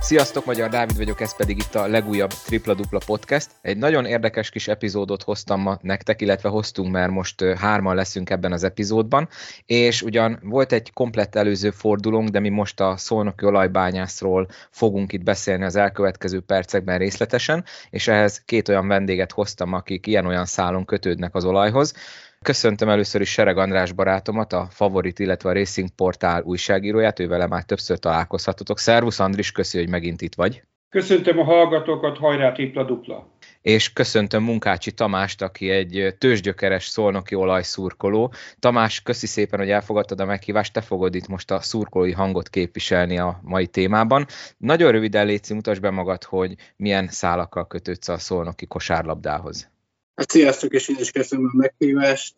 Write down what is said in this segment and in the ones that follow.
Sziasztok, Magyar Dávid vagyok, ez pedig itt a legújabb Tripla Dupla Podcast. Egy nagyon érdekes kis epizódot hoztam ma nektek, illetve hoztunk, mert most hárman leszünk ebben az epizódban, és ugyan volt egy komplett előző fordulónk, de mi most a szolnoki olajbányászról fogunk itt beszélni az elkövetkező percekben részletesen, és ehhez két olyan vendéget hoztam, akik ilyen-olyan szálon kötődnek az olajhoz. Köszöntöm először is Sereg András barátomat, a Favorit, illetve a Racing Portál újságíróját, ővele már többször találkozhatotok. Szervusz Andris, köszi, hogy megint itt vagy. Köszöntöm a hallgatókat, hajrá Tripla Dupla! És köszöntöm Munkácsi Tamást, aki egy tőzsgyökeres szolnoki olajszurkoló. Tamás, köszi szépen, hogy elfogadtad a meghívást, te fogod itt most a szurkolói hangot képviselni a mai témában. Nagyon röviden létszik, mutasd be magad, hogy milyen szálakkal kötődsz a szolnoki kosárlabdához. Sziasztok, és én is köszönöm a meghívást.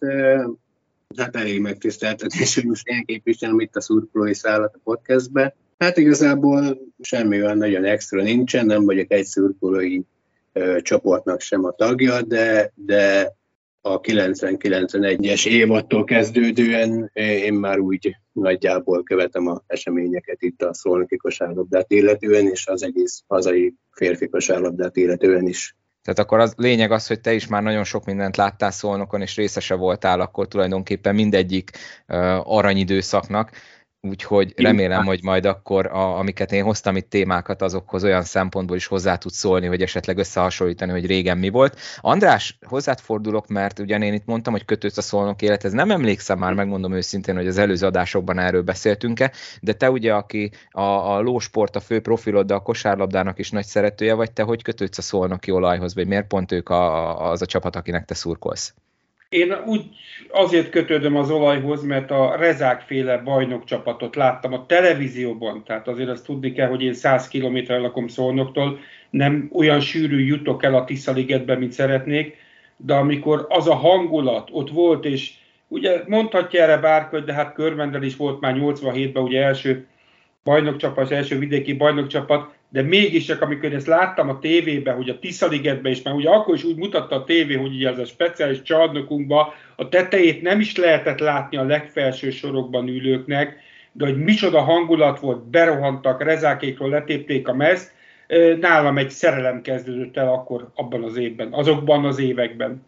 Hát elég megtiszteltetés, hogy most én képviselem itt a szurkolói szállat a podcastbe. Hát igazából semmi olyan nagyon extra nincsen, nem vagyok egy szurkolói csoportnak sem a tagja, de a 90-91-es évattól kezdődően én már úgy nagyjából követem az eseményeket itt a szolnoki kosárlabdát illetően, és az egész hazai férfi kosárlabdát illetően is. Tehát akkor az lényeg az, hogy te is már nagyon sok mindent láttál Szolnokon, és részese voltál akkor tulajdonképpen mindegyik aranyidőszaknak, úgyhogy remélem, hogy majd akkor, amiket én hoztam itt témákat, azokhoz olyan szempontból is hozzá tudsz szólni, hogy esetleg összehasonlítani, hogy régen mi volt. András, hozzád fordulok, mert ugyan én itt mondtam, hogy kötődsz a Szolnok élethez. Nem emlékszem már, megmondom őszintén, hogy az előző adásokban erről beszéltünk-e, de te ugye, aki a lósport, a fő profilod, de a kosárlabdának is nagy szeretője vagy, te hogy kötődsz a szolnoki olajhoz, vagy miért pont ők az a csapat, akinek te szurkolsz? Én úgy azért kötődöm az olajhoz, mert a Rezák-féle bajnokcsapatot láttam a televízióban, tehát azért azt tudni kell, hogy én 100 kilométerre lakom Szolnoktól, nem olyan sűrű jutok el a Tisza-ligetbe, mint szeretnék, de amikor az a hangulat ott volt, és ugye mondhatja erre bárki, de hát Körmendel is volt már 87-ben ugye első bajnokcsapat, első vidéki bajnokcsapat, de mégis csak amikor ezt láttam a tévében, hogy a Tisza-ligetben is, mert ugye akkor is úgy mutatta a tévé, hogy ugye ez a speciális csarnokunkban a tetejét nem is lehetett látni a legfelső sorokban ülőknek, de hogy micsoda hangulat volt, berohantak, rezákékról letépték a mezt, nálam egy szerelem kezdődött el akkor abban az évben, azokban az években.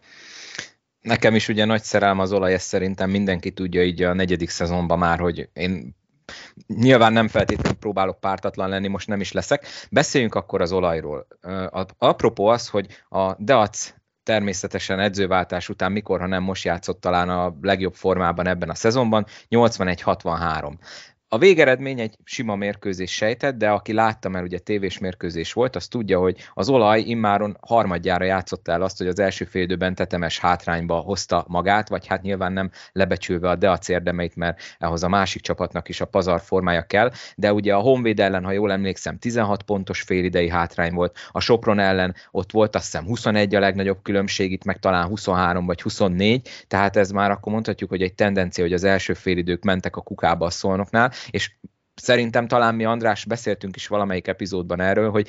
Nekem is ugye nagy szerelem az olaj, ezt szerintem mindenki tudja így a 4. szezonban már, hogy én nyilván nem feltétlenül próbálok pártatlan lenni, most nem is leszek. Beszéljünk akkor az olajról. Apropó az, hogy a Deac természetesen edzőváltás után mikor, ha nem most játszott talán a legjobb formában ebben a szezonban, 81-63. A végeredmény egy sima mérkőzés sejtett, de aki látta, mert ugye tévés mérkőzés volt, az tudja, hogy az olaj immáron harmadjára játszotta el azt, hogy az első félidőben tetemes hátrányba hozta magát, vagy hát nyilván nem lebecsülve a Deac érdemeit, mert ahhoz a másik csapatnak is a pazar formája kell, de ugye a Honvéd ellen, ha jól emlékszem, 16 pontos félidei hátrány volt, a Sopron ellen ott volt azt hiszem 21 a legnagyobb különbség, itt meg talán 23 vagy 24, tehát ez már akkor mondhatjuk, hogy egy tendencia, hogy az első félidők mentek a kukába a Szolnoknál, és szerintem talán mi, András, beszéltünk is valamelyik epizódban erről, hogy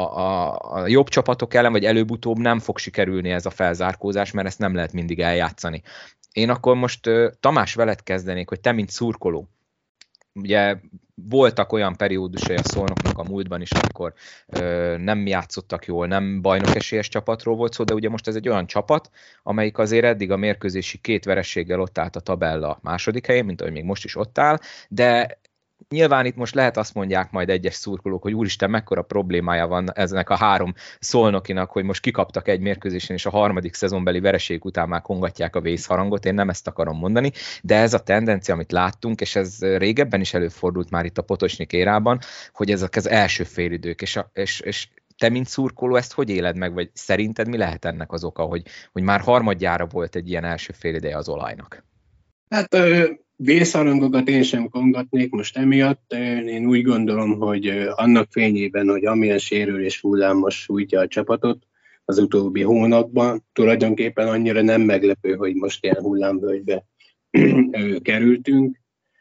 a jobb csapatok ellen, vagy előbb-utóbb nem fog sikerülni ez a felzárkózás, mert ezt nem lehet mindig eljátszani. Én akkor most Tamás veled kezdenék, hogy te, mint szurkoló, ugye voltak olyan periódusai a Szolnoknak a múltban is, amikor nem játszottak jól, nem bajnokesélyes csapatról volt szó, de ugye most ez egy olyan csapat, amelyik azért eddig a mérkőzési 2 vereséggel ott állt a tabella második helyén, mint ahogy még most is ott áll, de nyilván itt most lehet azt mondják majd egyes szurkolók, hogy úristen, mekkora problémája van eznek a 3 szolnokinak, hogy most kikaptak egy mérkőzésen, és a 3. szezonbeli vereség után már kongatják a vészharangot, én nem ezt akarom mondani, de ez a tendencia, amit láttunk, és ez régebben is előfordult már itt a Potocsnik érában, hogy ezek az első félidők, és te, mint szurkoló, ezt hogy éled meg, vagy szerinted mi lehet ennek az oka, hogy már harmadjára volt egy ilyen első félideje az olajnak? Hát vészharangokat én sem kongatnék most emiatt. Én úgy gondolom, hogy annak fényében, hogy amilyen sérülés hullámos sújtja a csapatot az utóbbi hónapban, tulajdonképpen annyira nem meglepő, hogy most ilyen hullámvölgybe kerültünk.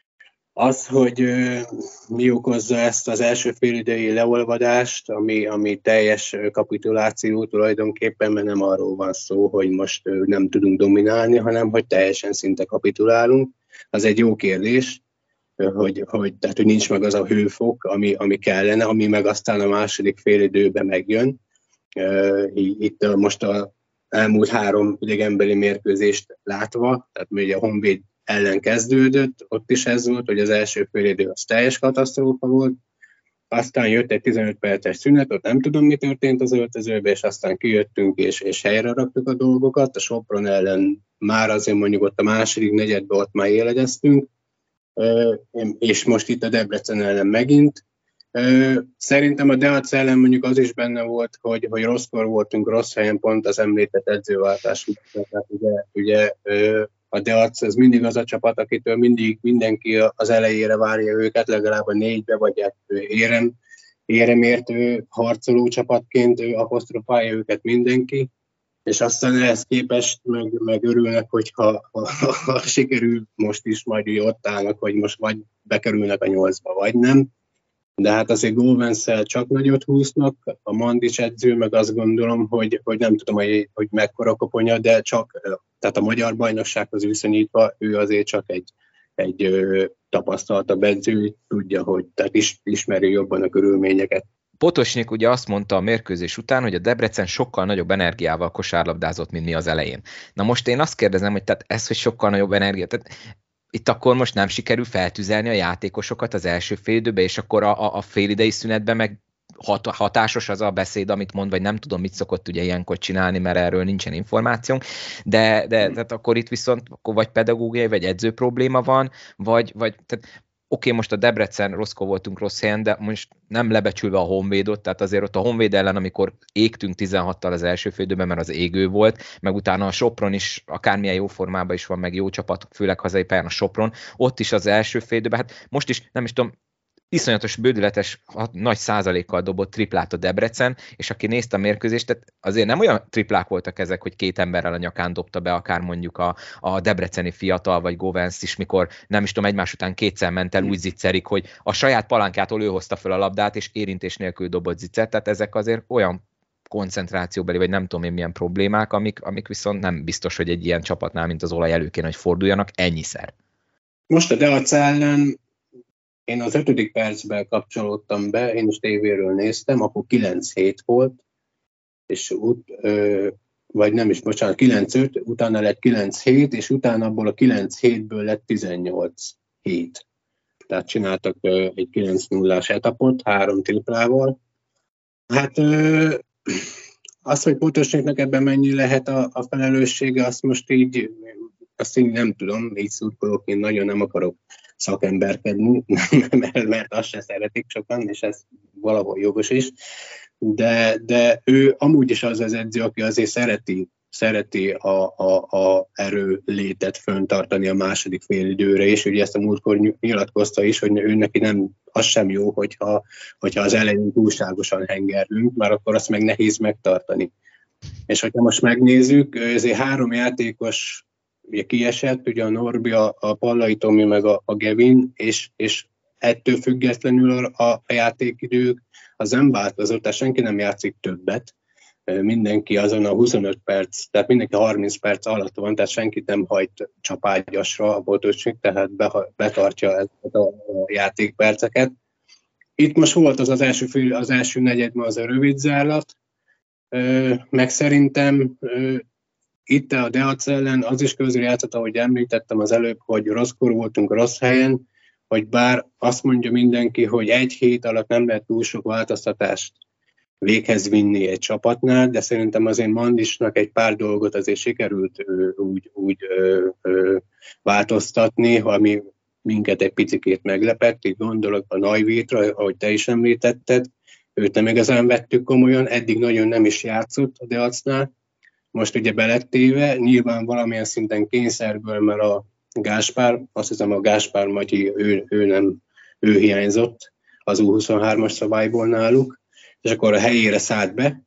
Az, hogy mi okozza ezt az első félidei leolvadást, ami teljes kapituláció tulajdonképpen, mert nem arról van szó, hogy most nem tudunk dominálni, hanem hogy teljesen szinte kapitulálunk. Az egy jó kérdés. tehát, hogy nincs meg az a hőfok, ami kellene, ami meg aztán a második félidőben megjön. Itt most a elmúlt 3 idegenbeli mérkőzést látva, tehát ugye a Honvéd ellen kezdődött, ott is ez volt, hogy az első félidő az teljes katasztrófa volt, aztán jött egy 15 perces szünet, ott nem tudom, mi történt az öltözőbe, és aztán kijöttünk, és helyre raktuk a dolgokat. A Sopron ellen már azért mondjuk ott a második negyedben ott már éledeztünk, és most itt a Debrecen ellen megint. Szerintem a Deac ellen mondjuk az is benne volt, hogy rosszkor voltunk, rossz helyen, pont az említett edzőváltás. Tehát ugye a Deac ez mindig az a csapat, akitől mindig mindenki az elejére várja őket, legalább a 4-be, vagy éremért harcoló csapatként apostrofálja őket mindenki, és aztán ehhez képest meg örülnek, hogyha ha sikerül, most is majd ott állnak, hogy most vagy bekerülnek a 8-ba, vagy nem. De hát azért Góvenszel csak nagyot húznak, a Mandics edző, meg azt gondolom, hogy nem tudom, hogy mekkora koponya, de csak, tehát a magyar bajnoksághoz viszonyítva ő azért csak egy tapasztaltabb edző, tudja, hogy tehát ismeri jobban a körülményeket. Potosnyik ugye azt mondta a mérkőzés után, hogy a Debrecen sokkal nagyobb energiával kosárlabdázott, mint mi az elején. Na most én azt kérdezem, hogy tehát ez, hogy sokkal nagyobb energia, tehát itt akkor most nem sikerül feltüzelni a játékosokat az első félidőbe, és akkor a félidei szünetben meg hatásos az a beszéd, amit mond, vagy nem tudom, mit szokott ugye ilyenkor csinálni, mert erről nincsen információnk, de tehát akkor itt viszont akkor vagy pedagógiai, vagy edző probléma van, vagy tehát oké, most a Debrecen rosszkor voltunk rossz helyen, de most nem lebecsülve a Honvédot, tehát azért ott a Honvéd ellen, amikor égtünk 16-tal az első félidőben, mert az égő volt, meg utána a Sopron is akármilyen jó formában is van, meg jó csapat, főleg hazai pályán a Sopron, ott is az első félidőben, hát most is nem is tudom, iszonyatos, bődületes, nagy százalékkal dobott triplát a Debrecen, és aki nézte a mérkőzést, tehát azért nem olyan triplák voltak ezek, hogy 2 emberrel a nyakán dobta be, akár mondjuk a debreceni fiatal, vagy Góvenc is, mikor nem is tudom, egymás után 2-szer ment el úgy zicserik, hogy a saját palánkjától ő hozta fel a labdát, és érintés nélkül dobott zicsert, tehát ezek azért olyan koncentrációbeli, vagy nem tudom én milyen problémák, amik viszont nem biztos, hogy egy ilyen csapatnál, mint az Olaj elő kéne, hogy forduljanak ennyiszer. Most a Deac ellen én az 5. percben kapcsolódtam be, én is tévéről néztem, akkor 9-7 volt, és vagy nem is, bocsánat, 9-5, utána lett 9-7, és utána abból a 9-7-ből lett 18-7. Tehát csináltak egy 9-0-ás etapot, 3 triplával. Hát az, hogy Potosnyiknak ebben mennyi lehet a felelőssége, azt most így nem tudom, így szurkolóként nagyon nem akarok szakemberkedni, mert azt se szeretik sokan, és ez valahol jogos is, de ő amúgy is az edző, aki azért szereti a erőlétet föntartani a második félidőre, és ugye ezt a múltkor nyilatkozta is, hogy ő neki nem, az sem jó, hogyha az elején túlságosan hengerlünk, mert akkor azt meg nehéz megtartani. És hogyha most megnézzük, ezért 3 játékos ugye kiesett, ugye a Norbi, a Pallai Tomi, meg a Gevin, és ettől függetlenül a játékidők az nem változott, tehát senki nem játszik többet, mindenki azon a 25 perc, tehát mindenki 30 perc alatt van, tehát senkit nem hajt csapágyasra a Potosnyik, tehát betartja ezeket a játékperceket. Itt most volt az első negyedben az a rövid zárlat, meg szerintem itt a Deac ellen az is közrejátszott, ahogy említettem az előbb, hogy rosszkor voltunk rossz helyen, hogy bár azt mondja mindenki, hogy 1 hét alatt nem lehet túl sok változtatást véghez vinni egy csapatnál, de szerintem azért Mandisnak egy pár dolgot azért sikerült úgy változtatni, ami minket egy picikét meglepett. Itt gondolok a Neuwirthra, ahogy te is említetted, őt nem igazán vettük komolyan, eddig nagyon nem is játszott a Deacnál. Most ugye belettéve, nyilván valamilyen szinten kényszerből, mert a Gáspár, azt hiszem a Gáspár Matyi, ő hiányzott az U23-as szabályból náluk, és akkor a helyére szállt be,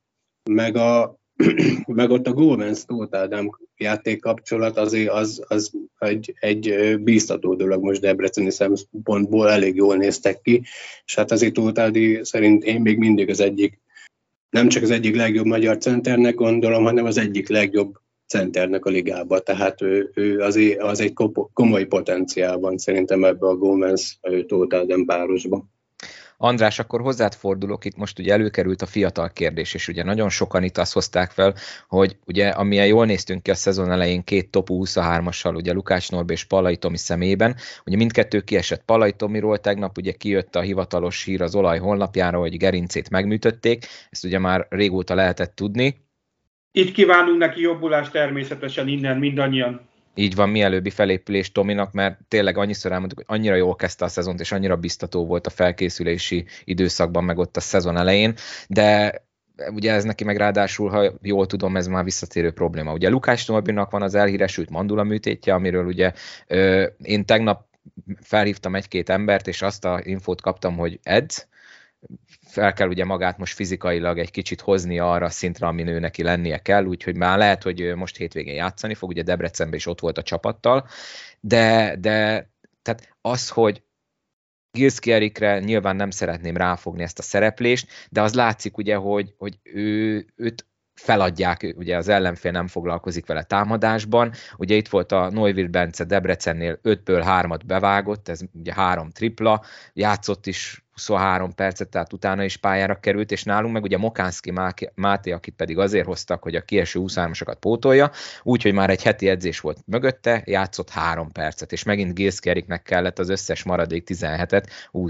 meg ott a Góvenc Tóth Ádám játékkapcsolat azért az egy bíztató dolog most debreceni szempontból, elég jól néztek ki, és hát azért Tóth Ádi szerint én még mindig az egyik, nem csak az egyik legjobb magyar centernek gondolom, hanem az egyik legjobb centernek a ligába, tehát ő az egy komoly potenciál van szerintem ebbe a Gomez-Tóth Ádám párosba. András, akkor hozzád fordulok, itt most ugye előkerült a fiatal kérdés, és ugye nagyon sokan itt azt hozták fel, hogy ugye amilyen jól néztünk ki a szezon elején két top 23-assal, ugye Lukács Norbi és Pallai Tomi személyében, ugye mindkettő kiesett. Pallai Tomiról tegnap ugye kijött a hivatalos hír az Olaj honlapjára, hogy gerincét megműtötték, ezt ugye már régóta lehetett tudni. Itt kívánunk neki jobbulást természetesen innen mindannyian. Így van, mielőbbi felépülés Tominak, mert tényleg annyiszor elmondtuk, hogy annyira jól kezdte a szezont, és annyira biztató volt a felkészülési időszakban, meg ott a szezon elején, de ugye ez neki meg ráadásul, ha jól tudom, ez már visszatérő probléma. Ugye Lukács Norbinak van az elhíresült mandula műtétje, amiről ugye én tegnap felhívtam egy-két embert, és azt a infót kaptam, hogy edz, fel kell ugye magát most fizikailag egy kicsit hozni arra a szintre, amin ő neki lennie kell, úgyhogy már lehet, hogy most hétvégén játszani fog, ugye Debrecenben is ott volt a csapattal, de tehát az, hogy Gilszki Erikre nyilván nem szeretném ráfogni ezt a szereplést, de az látszik ugye, hogy őt feladják, ugye az ellenfél nem foglalkozik vele támadásban, ugye itt volt a Neuwirth Bence Debrecennél 5-ből 3-at bevágott, ez ugye 3 tripla, játszott is 23 percet, tehát utána is pályára került, és nálunk meg ugye Mokánszki Máté, akit pedig azért hoztak, hogy a kieső 23-asakat pótolja, úgyhogy már egy heti edzés volt mögötte, játszott 3 percet, és megint Gilszki Eriknek kellett az összes maradék 17-et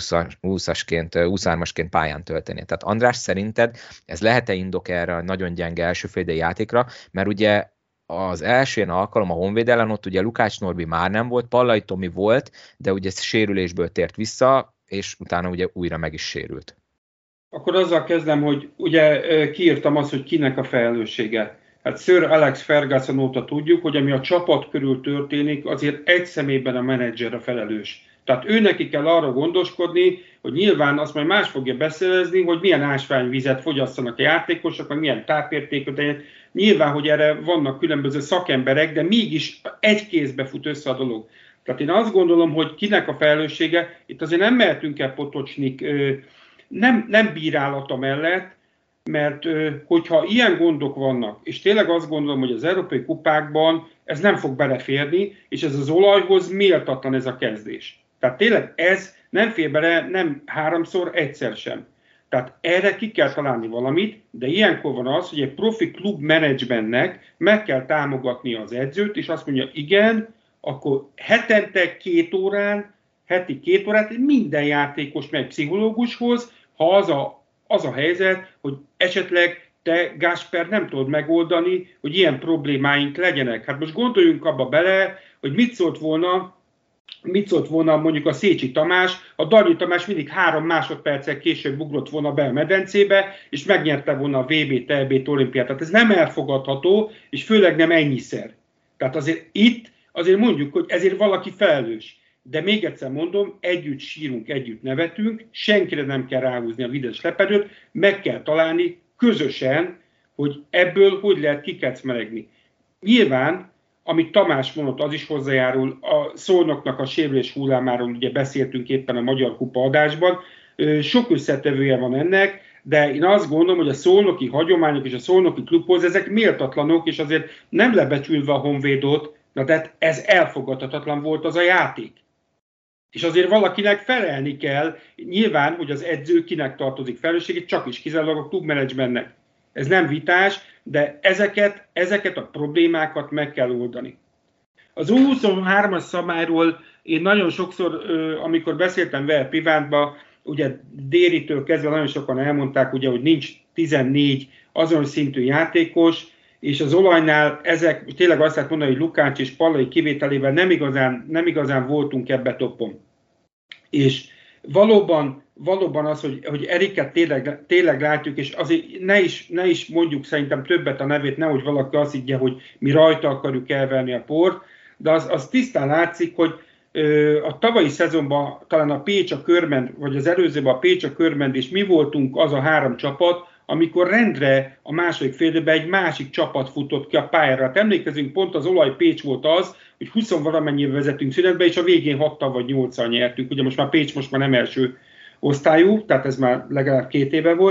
23-asként pályán tölteni. Tehát András, szerinted ez lehet-e indok erre a nagyon gyenge elsőfélidei játékra, mert ugye az első alkalom a Honvéd ellen, ott ugye Lukács Norbi már nem volt, Pallai Tomi volt, de ugye sérülésből tért vissza, és utána ugye újra meg is sérült. Akkor azzal kezdem, hogy ugye kiírtam azt, hogy kinek a felelőssége. Hát Sir Alex Ferguson óta tudjuk, hogy ami a csapat körül történik, azért egy személyben a menedzser a felelős. Tehát ő neki kell arra gondoskodni, hogy nyilván azt majd más fogja beszélezni, hogy milyen ásványvizet fogyasszanak a játékosok, vagy milyen tápértékot. Nyilván, hogy erre vannak különböző szakemberek, de mégis egy kézbe fut össze a dolog. Tehát én azt gondolom, hogy kinek a felelőssége, itt azért nem mehetünk el Potocsnik nem bírálata mellett, mert hogyha ilyen gondok vannak, és tényleg azt gondolom, hogy az európai kupákban ez nem fog beleférni, és ez az Olajhoz méltatlan ez a kezdés. Tehát tényleg ez nem fér bele, nem 3-szor, egyszer sem. Tehát erre ki kell találni valamit, de ilyenkor van az, hogy egy profi klub menedzsmentnek meg kell támogatni az edzőt, és azt mondja, igen, akkor hetente 2 órán, heti 2 órát minden játékos megy pszichológushoz, ha az a helyzet, hogy esetleg te, Gásper, nem tudod megoldani, hogy ilyen problémáink legyenek. Hát most gondoljunk abba bele, hogy mit szólt volna mondjuk a Szécsi Tamás, a Danyi Tamás mindig 3 másodperccel később ugrott volna be a medencébe, és megnyerte volna a VB-t, EB-t, olimpiát. Tehát ez nem elfogadható, és főleg nem ennyiszer. Tehát azért itt azért mondjuk, hogy ezért valaki felelős. De még egyszer mondom, együtt sírunk, együtt nevetünk, senkire nem kell ráhúzni a vides lepedőt, meg kell találni közösen, hogy ebből hogy lehet kikecmelegni. Nyilván, amit Tamás mondott, az is hozzájárul, a Szolnoknak a sérülés hullámáról ugye beszéltünk éppen a Magyar Kupa adásban, sok összetevője van ennek, de én azt gondolom, hogy a szolnoki hagyományok és a szolnoki klubhoz ezek méltatlanok, és azért nem lebecsülve a Honvédot, de ez elfogadhatatlan volt az a játék. És azért valakinek felelni kell, nyilván, hogy az edző kinek tartozik felelősségét, csak is kizárólag a klubmenedzsmentnek. Ez nem vitás, de ezeket a problémákat meg kell oldani. Az U23-as szabályról én nagyon sokszor, amikor beszéltem vele privántba, ugye Déritől kezdve nagyon sokan elmondták, ugye, hogy nincs 14 azonos szintű játékos, és az Olajnál ezek, tényleg azt lehet mondani, hogy Lukács és Pallai kivételével nem igazán voltunk ebbe toppon. És valóban az, hogy Eriket tényleg látjuk, és azért ne is mondjuk szerintem többet a nevét, nehogy valaki azt higgye, hogy mi rajta akarjuk elverni a port, de az tisztán látszik, hogy a tavalyi szezonban talán a Pécs a Körmend, vagy az előzőben a Pécs a Körmend, és mi voltunk az a 3 csapat, amikor rendre a második félidőben egy másik csapat futott ki a pályára. Hát emlékezünk, pont az Olaj Pécs volt az, hogy 20 valamennyivel vezetünk szünetbe, és a végén 6-tal vagy 8-al nyertünk. Ugye most már Pécs nem első osztályú, tehát ez már legalább 2 éve volt.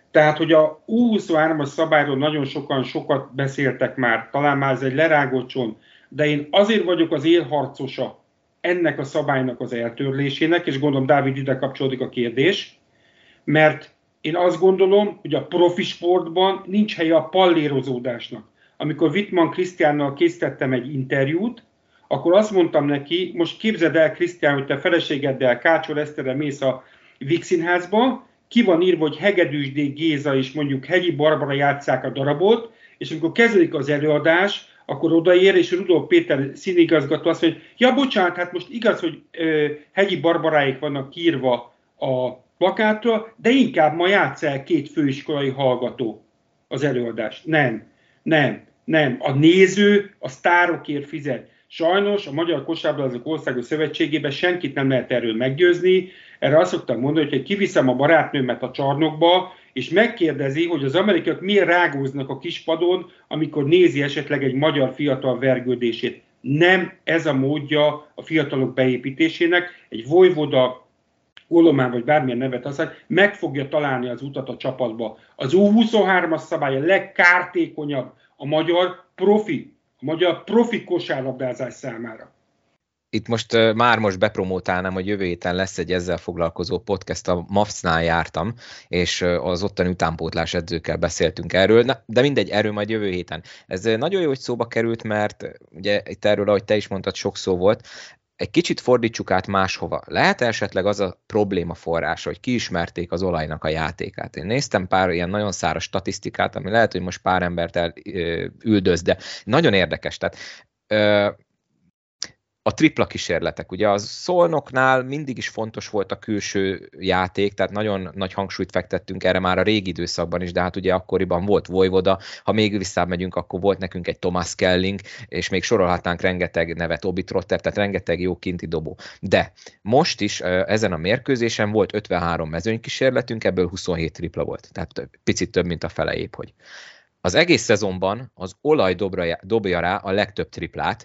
Tehát, hogy a U23-as szabályról nagyon sokat beszéltek már, talán már ez egy lerágott csont, de én azért vagyok az élharcosa ennek a szabálynak az eltörlésének, és gondolom, Dávid, ide kapcsolódik a kérdés, mert én azt gondolom, hogy a profi sportban nincs helye a pallérozódásnak. Amikor Wittmann Krisztiánnal készítettem egy interjút, akkor azt mondtam neki, most képzeld el, Krisztián, hogy te feleségeddel, Kácsor Eszterrel mész a Víg Színházba, ki van írva, hogy Hegedűs D. Géza és mondjuk Hegyi Barbara játsszák a darabot, és amikor kezdődik az előadás, akkor odaér, és Rudolf Péter színigazgató azt mondja, ja bocsánat, hát most igaz, hogy Hegyi Barbaráik vannak kiírva a plakátra, de inkább ma játsz el 2 főiskolai hallgató az előadást. Nem. A néző a sztárokért fizet. Sajnos a Magyar Kosárlabdázók Országos Szövetségében senkit nem lehet erről meggyőzni. Erre azt szoktam mondani, hogy kiviszem a barátnőmet a csarnokba, és megkérdezi, hogy az amerikaiak miért rágóznak a kispadon, amikor nézi esetleg egy magyar fiatal vergődését. Nem ez a módja a fiatalok beépítésének. Egy Vojvoda, Golomán vagy bármilyen nevet használ, meg fogja találni az utat a csapatba. Az U23-as szabály a legkártékonyabb a magyar profi kosárlabdázás számára. Itt most bepromótálnám, hogy jövő héten lesz egy ezzel foglalkozó podcast, a MAFC-nál jártam, és az ottani utánpótlás edzőkkel beszéltünk erről, de mindegy, erről majd jövő héten. Ez nagyon jó, hogy szóba került, mert ugye itt erről, ahogy te is mondtad, sok szó volt. Egy kicsit fordítsuk át máshova. Lehet esetleg az a probléma forrása, hogy kiismerték az olajnak a játékát? Én néztem pár ilyen nagyon száraz statisztikát, ami lehet, hogy most pár embert üldöz, de nagyon érdekes. Tehát a tripla kísérletek, ugye a Szolnoknál mindig is fontos volt a külső játék, tehát nagyon nagy hangsúlyt fektettünk erre már a régi időszakban is, de hát ugye akkoriban volt Vojvoda, ha még visszamegyünk, akkor volt nekünk egy Thomas Kelling, és még sorolhatnánk rengeteg nevet, Obi Trotter, tehát rengeteg jó kinti dobó. De most is ezen a mérkőzésen volt 53 mezőnykísérletünk, ebből 27 tripla volt, tehát picit több, mint a fele épp, hogy. Az egész szezonban az olaj dobja rá a legtöbb triplát,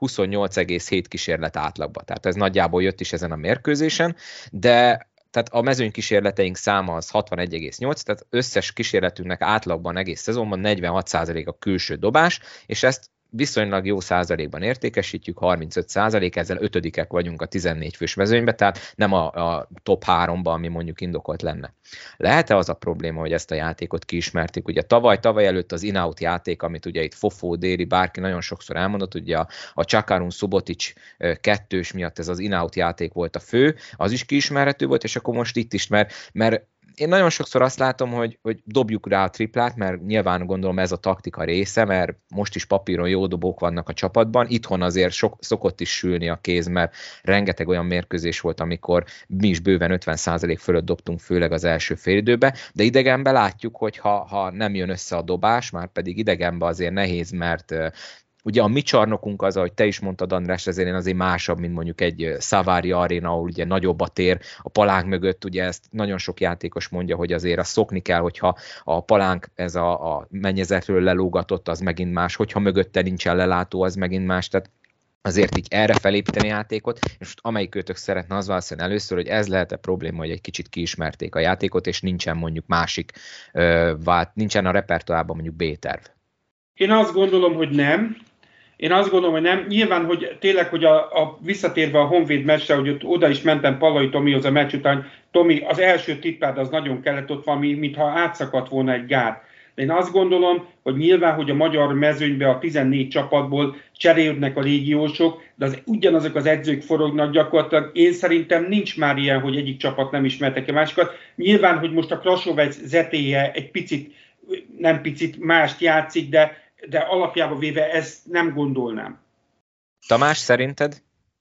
28,7 kísérlet átlagban. Tehát ez nagyjából jött is ezen a mérkőzésen, de tehát a mezőnykísérleteink száma az 61,8, tehát összes kísérletünknek átlagban egész szezonban 46% a külső dobás, és ezt viszonylag jó százalékban értékesítjük, 35%, ezzel 5-ek vagyunk a 14 fős mezőnyben, tehát nem a top 3-ban, ami mondjuk indokolt lenne. Lehet-e az a probléma, hogy ezt a játékot kiismerték? Ugye tavaly előtt az in-out játék, amit ugye itt Fofó, Déri, bárki nagyon sokszor elmondott, ugye a Csakarun Subotics 2-s miatt ez az in-out játék volt a fő, az is kiismerhető volt, és akkor most itt is, mert én nagyon sokszor azt látom, hogy dobjuk rá a triplát, mert nyilván gondolom ez a taktika része, mert most is papíron jó dobók vannak a csapatban, itthon azért szokott is sülni a kéz, mert rengeteg olyan mérkőzés volt, amikor mi is bőven 50% fölött dobtunk, főleg az első félidőbe, de idegenben látjuk, hogy ha nem jön össze a dobás, már pedig idegenben azért nehéz, mert ugye a mi csarnokunk az, ahogy te is mondtad, András, ezért én azért másabb, mint mondjuk egy Savaria Arena, ahol ugye nagyobb a tér, a palánk mögött, ugye ezt nagyon sok játékos mondja, hogy azért azt szokni kell, hogyha a palánk ez a mennyezetről lelógatott, az megint más, hogyha mögötte nincsen lelátó, az megint más, tehát azért így erre felépíteni játékot, és most amelyik őtök szeretne, az valószínűleg először, hogy ez lehet a probléma, hogy egy kicsit kiismerték a játékot, és nincsen mondjuk másik, nincsen a repertoárban mondjuk B-terv. Én azt gondolom, hogy nem. Nyilván, hogy tényleg, hogy visszatérve a Honvéd meccsre, hogy oda is mentem Pallai Tomihoz a meccs után, Tomi, az első tippád az nagyon kellett, ott valami, mintha átszakadt volna egy gát. De én azt gondolom, hogy nyilván, hogy a magyar mezőnybe a 14 csapatból cserélődnek a légiósok, de ugyanazok az edzők forognak gyakorlatilag. Én szerintem nincs már ilyen, hogy egyik csapat nem ismertek a másikat. Nyilván, hogy most a Krasovec zetéje egy picit, nem picit mást játszik, de alapjában véve ezt nem gondolnám. Tamás, szerinted?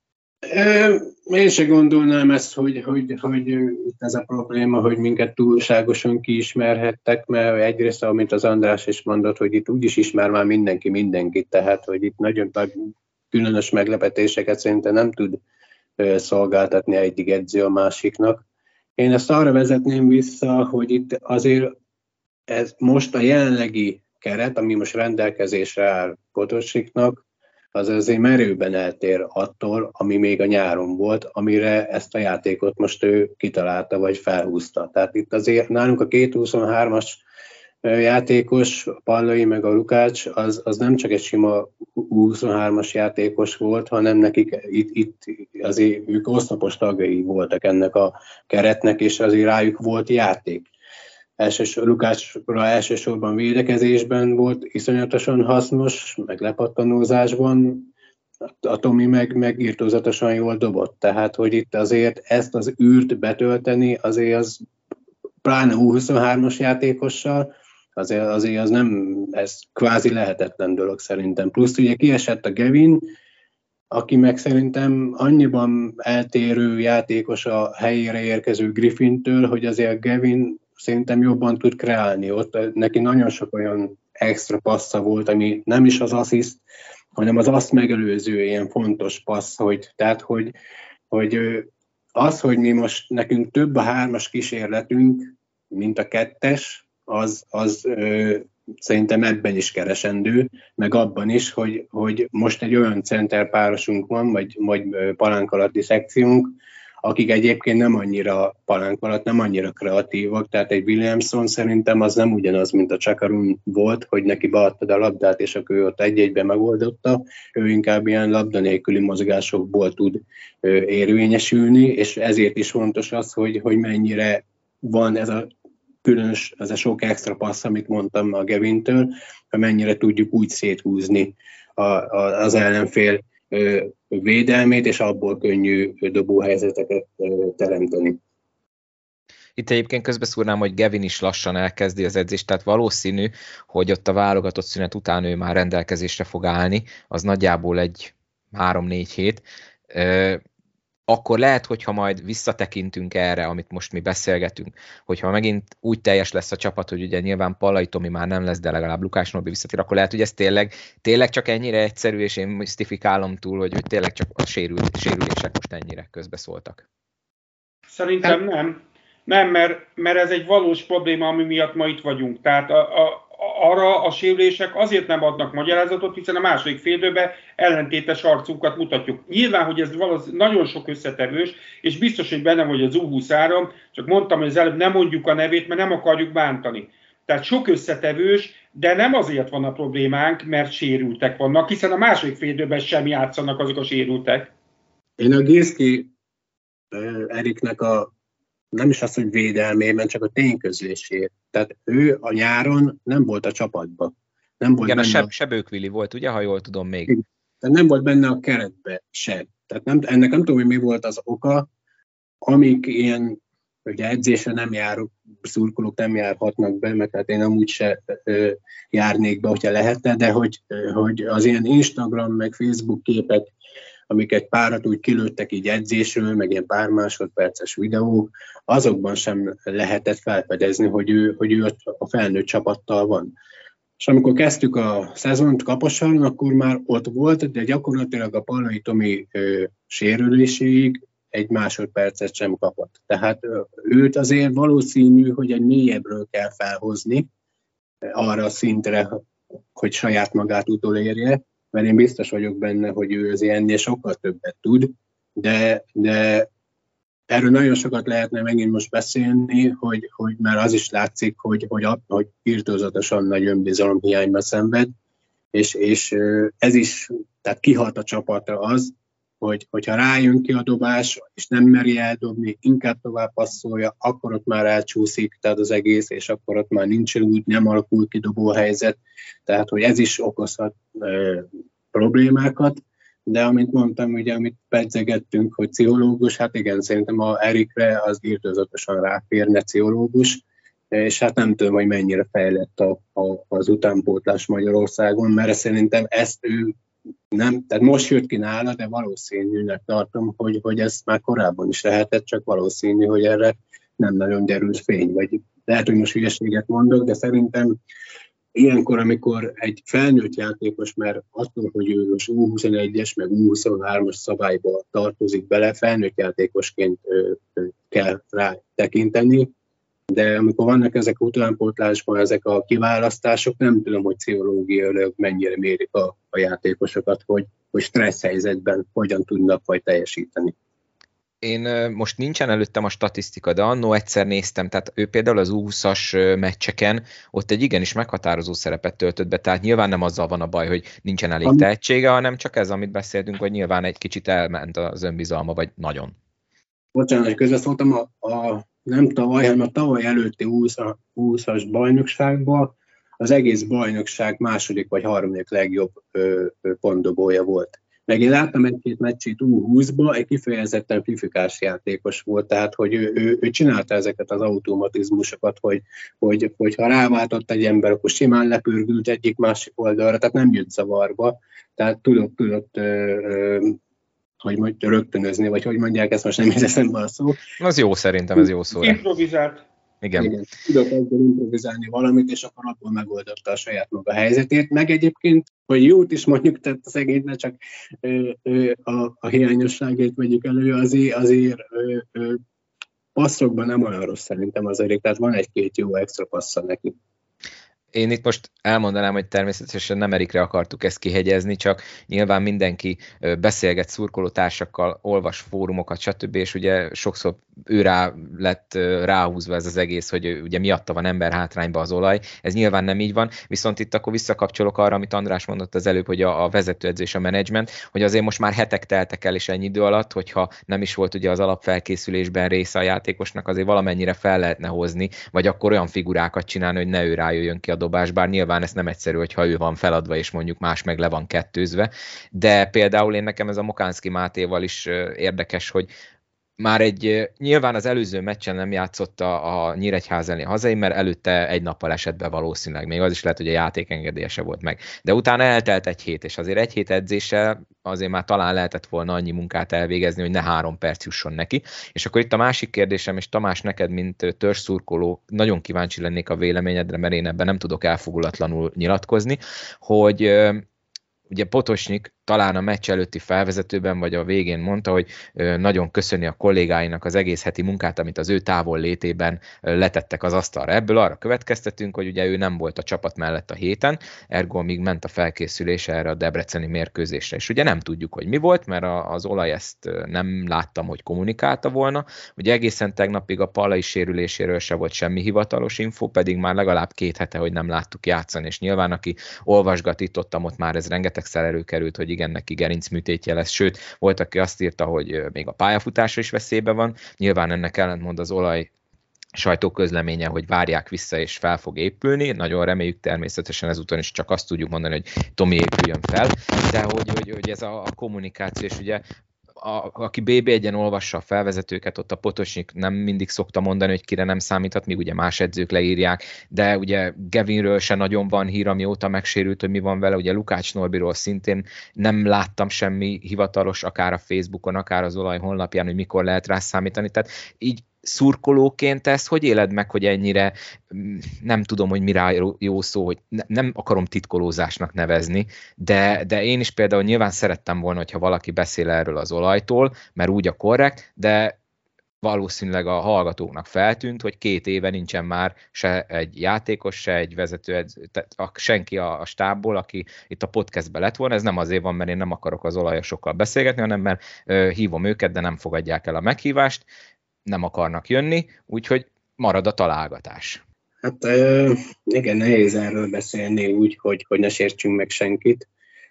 Én se gondolnám ezt, hogy itt ez a probléma, hogy minket túlságosan kiismerhettek, mert egyrészt, amit az András is mondott, hogy itt úgyis ismer már mindenki mindenkit, tehát hogy itt nagyon különös meglepetéseket szerintem nem tud szolgáltatni egyik edző a másiknak. Én ezt arra vezetném vissza, hogy itt azért ez most a jelenlegi keret, ami most rendelkezésre áll Potocsiknak, az azért merőben eltér attól, ami még a nyáron volt, amire ezt a játékot most ő kitalálta, vagy felhúzta. Tehát itt azért nálunk a 2-23-as játékos, a Pallai meg a Lukács, az nem csak egy sima 23-as játékos volt, hanem nekik itt azért ők oszlopos tagjai voltak ennek a keretnek, és azért rájuk volt játék. Lukácsra elsősorban védekezésben volt iszonyatosan hasznos, meg lepattanózásban, a Tomi meg irtózatosan jól dobott. Tehát, hogy itt azért ezt az űrt betölteni, azért az pláne U23-as játékossal, azért az nem, ez kvázi lehetetlen dolog szerintem. Plusz ugye kiesett a Gavin, aki meg szerintem annyiban eltérő játékos a helyére érkező Griffintől, hogy azért Gavin szerintem jobban tud kreálni. Ott neki nagyon sok olyan extra passza volt, ami nem is az assziszt, hanem az azt megelőző ilyen fontos passz, hogy az, hogy mi most nekünk több a 3-as kísérletünk, mint a 2-es, az szerintem ebben is keresendő, meg abban is, hogy most egy olyan centerpárosunk van, vagy palánk alatti szekciónk, akik egyébként nem annyira palánk alatt, nem annyira kreatívak, tehát egy Williamson szerintem az nem ugyanaz, mint a Csakarun volt, hogy neki beadtad a labdát, és akkor ő ott egy-egyben megoldotta, ő inkább ilyen labda nélküli mozgásokból tud érvényesülni, és ezért is fontos az, hogy mennyire van ez a különös, ez a sok extra passz, amit mondtam a Gavintől, hogy mennyire tudjuk úgy széthúzni az ellenfél védelmét, és abból könnyű dobóhelyzeteket teremteni. Itt egyébként közbeszúrnám, hogy Gavin is lassan elkezdi az edzést, tehát valószínű, hogy ott a válogatott szünet után ő már rendelkezésre fog állni, az nagyjából egy 3-4 hét. Akkor lehet, hogyha majd visszatekintünk erre, amit most mi beszélgetünk, hogyha megint úgy teljes lesz a csapat, hogy ugye nyilván Pallai Tomi már nem lesz, de legalább Lukács Norbi visszatér, akkor lehet, hogy ez tényleg csak ennyire egyszerű, és én misztifikálom túl, hogy tényleg csak a sérülések most ennyire közbeszóltak. Szerintem nem. Nem, mert ez egy valós probléma, ami miatt ma itt vagyunk. Tehát arra a sérülések azért nem adnak magyarázatot, hiszen a második félidőben ellentétes arcunkat mutatjuk. Nyilván, hogy ez nagyon sok összetevős, és biztos, hogy benne vagy az U23, csak mondtam, hogy az előbb nem mondjuk a nevét, mert nem akarjuk bántani. Tehát sok összetevős, de nem azért van a problémánk, mert sérültek vannak, hiszen a második félidőben sem játszanak azok a sérültek. Én a Gészki Eriknek nem is az, hogy védelmében, csak a tényközlésért. Tehát ő a nyáron nem volt a csapatban. Igen, a Sebőkvili volt, ugye, ha jól tudom még. Tehát nem volt benne a keretbe se. Tehát ennek nem tudom, hogy mi volt az oka, amik ilyen, ugye edzésre nem járok, szurkolók nem járhatnak be, mert hát én amúgy se járnék be, hogyha lehetne, de hogy az ilyen Instagram meg Facebook képek, amiket párat úgy kilőttek így edzésről, meg ilyen pár másodperces videók, azokban sem lehetett felfedezni, hogy ő a felnőtt csapattal van. És amikor kezdtük a szezont Kaposan, akkor már ott volt, de gyakorlatilag a Pallai Tomi sérüléséig egy másodpercet sem kapott. Tehát őt azért valószínű, hogy egy mélyebbről kell felhozni arra a szintre, hogy saját magát utolérje, mert én biztos vagyok benne, hogy ő azért ennél sokkal többet tud, de erről nagyon sokat lehetne megint most beszélni, hogy már az is látszik, hogy irtózatosan nagy önbizalomhiányba szenved, és ez is, tehát kihat a csapatra az, hogyha rájön ki a dobás, és nem meri eldobni, inkább tovább passzolja, akkor ott már elcsúszik, tehát az egész, és akkor ott már nincs úgy, nem alakul ki dobóhelyzet, tehát hogy ez is okozhat problémákat, de amint mondtam, ugye, amit pedzegettünk, hogy pszichológus, hát igen, szerintem a Erikre az irtózatosan ráférne pszichológus, és hát nem tudom, hogy mennyire fejlett az utánpótlás Magyarországon, mert szerintem ezt ő nem, tehát most jött ki nála, de valószínűnek tartom, hogy ez már korábban is lehetett, csak valószínű, hogy erre nem nagyon derült fény, vagy lehet, hogy most hülyeséget mondok, de szerintem ilyenkor, amikor egy felnőtt játékos, mert attól, hogy ő most U21-es, meg U23-as szabályba tartozik bele, felnőtt játékosként kell rá tekinteni, de amikor vannak ezek a utánpótlásban, ezek a kiválasztások, nem tudom, hogy pszichológiailag mennyire mérik a játékosokat, hogy stressz helyzetben hogyan tudnak vagy teljesíteni. Én most nincsen előttem a statisztika, de annó egyszer néztem, tehát ő például az U20-as meccseken ott egy igenis meghatározó szerepet töltött be, tehát nyilván nem azzal van a baj, hogy nincsen elég tehetsége, hanem csak ez, amit beszéltünk, hogy nyilván egy kicsit elment az önbizalma, vagy nagyon. Bocsánat, hogy közbeszóltam, nem tavaly, hanem a tavaly előtti 20-as bajnokságban az egész bajnokság második vagy harmadik legjobb pontdobója volt. Meg én láttam egy-két meccsét U20-ba, egy kifejezetten fifikás játékos volt, tehát hogy ő csinálta ezeket az automatizmusokat, hogy ha ráváltott egy ember, akkor simán lepörgült egyik-másik oldalra, tehát nem jött zavarba, tehát tudott hogy rögtönözni, vagy hogy mondják, ezt most nem jut eszembe a szó. Az jó, szerintem ez jó szó. Improvizált. Igen. Tudok egyből improvizálni valamit, és akkor abból megoldotta a saját maga helyzetét. Meg egyébként, hogy jót is mondjuk tett a szegénynek, csak a hiányosságét vegyük elő, azért passzokban nem olyan rossz szerintem azért, tehát van egy-két jó extra passza neki. Én itt most elmondanám, hogy természetesen nem Erikre akartuk ezt kihegyezni, csak nyilván mindenki beszélget szurkolótársakkal, olvas fórumokat, stb. És ugye sokszor őrá lett ráhúzva ez az egész, hogy ugye miatta van ember hátrányba az olaj. Ez nyilván nem így van, viszont itt akkor visszakapcsolok arra, amit András mondott az előbb, hogy a vezetőedzés, a menedzsment, hogy azért most már hetek teltek el, és ennyi idő alatt, hogyha nem is volt ugye az alapfelkészülésben része a játékosnak, azért valamennyire fel lehetne hozni, vagy akkor olyan figurákat csinálni, hogy ne ő rájöjjön ki a dobás, bár nyilván ez nem egyszerű, hogyha ő van feladva, és mondjuk más meg le van kettőzve, de például nekem ez a Mokánszki Mátéval is érdekes, hogy már nyilván az előző meccsen nem játszott a Nyíregyháza hazai, mert előtte egy nappal esett be valószínűleg, még az is lehet, hogy a játékengedélyese volt meg. De utána eltelt egy hét, és azért egy hét edzéssel azért már talán lehetett volna annyi munkát elvégezni, hogy ne 3 perc jusson neki. És akkor itt a másik kérdésem, és Tamás, neked, mint törzsszurkoló, nagyon kíváncsi lennék a véleményedre, mert én ebben nem tudok elfogulatlanul nyilatkozni, hogy ugye Potosnyik talán a meccs előtti felvezetőben, vagy a végén mondta, hogy nagyon köszöni a kollégáinak az egész heti munkát, amit az ő távol létében letettek az asztalra. Ebből arra következtetünk, hogy ugye ő nem volt a csapat mellett a héten, ergo még ment a felkészülés erre a debreceni mérkőzésre. És ugye nem tudjuk, hogy mi volt, mert az Olaj ezt nem láttam, hogy kommunikálta volna. Ugye egészen tegnapig a Pallai sérüléséről se volt semmi hivatalos info, pedig már legalább 2 hete, hogy nem láttuk játszani, és nyilván aki olvasgat ott már ez rengetegszer előkerült, hogy igen, neki gerincműtétje lesz, sőt, volt, aki azt írta, hogy még a pályafutása is veszélybe van, nyilván ennek ellentmond az Olaj sajtóközleménye, hogy várják vissza és fel fog épülni, nagyon reméljük természetesen ezúton is csak azt tudjuk mondani, hogy Tomi épüljön fel, de hogy ez a kommunikáció, és ugye aki BB1-en olvassa a felvezetőket, ott a Potosnyik nem mindig szokta mondani, hogy kire nem számíthat, míg ugye más edzők leírják, de ugye Gavinről se nagyon van hír, amióta megsérült, hogy mi van vele, ugye Lukács Norbiról szintén nem láttam semmi hivatalos, akár a Facebookon, akár az Olaj honlapján, hogy mikor lehet rá számítani, tehát így szurkolóként ezt hogy éled meg, hogy ennyire, nem tudom, hogy mire jó szó, hogy nem akarom titkolózásnak nevezni, de én is például nyilván szerettem volna, hogyha valaki beszél erről az Olajtól, mert úgy a korrekt, de valószínűleg a hallgatóknak feltűnt, hogy 2 éve nincsen már se egy játékos, se egy vezető, senki a stábból, aki itt a podcastben lett volna. Ez nem azért van, mert én nem akarok az Olajosokkal beszélgetni, hanem mert hívom őket, de nem fogadják el a meghívást, nem akarnak jönni, úgyhogy marad a találgatás. Hát igen, nehéz erről beszélni úgy, hogy ne sértsünk meg senkit.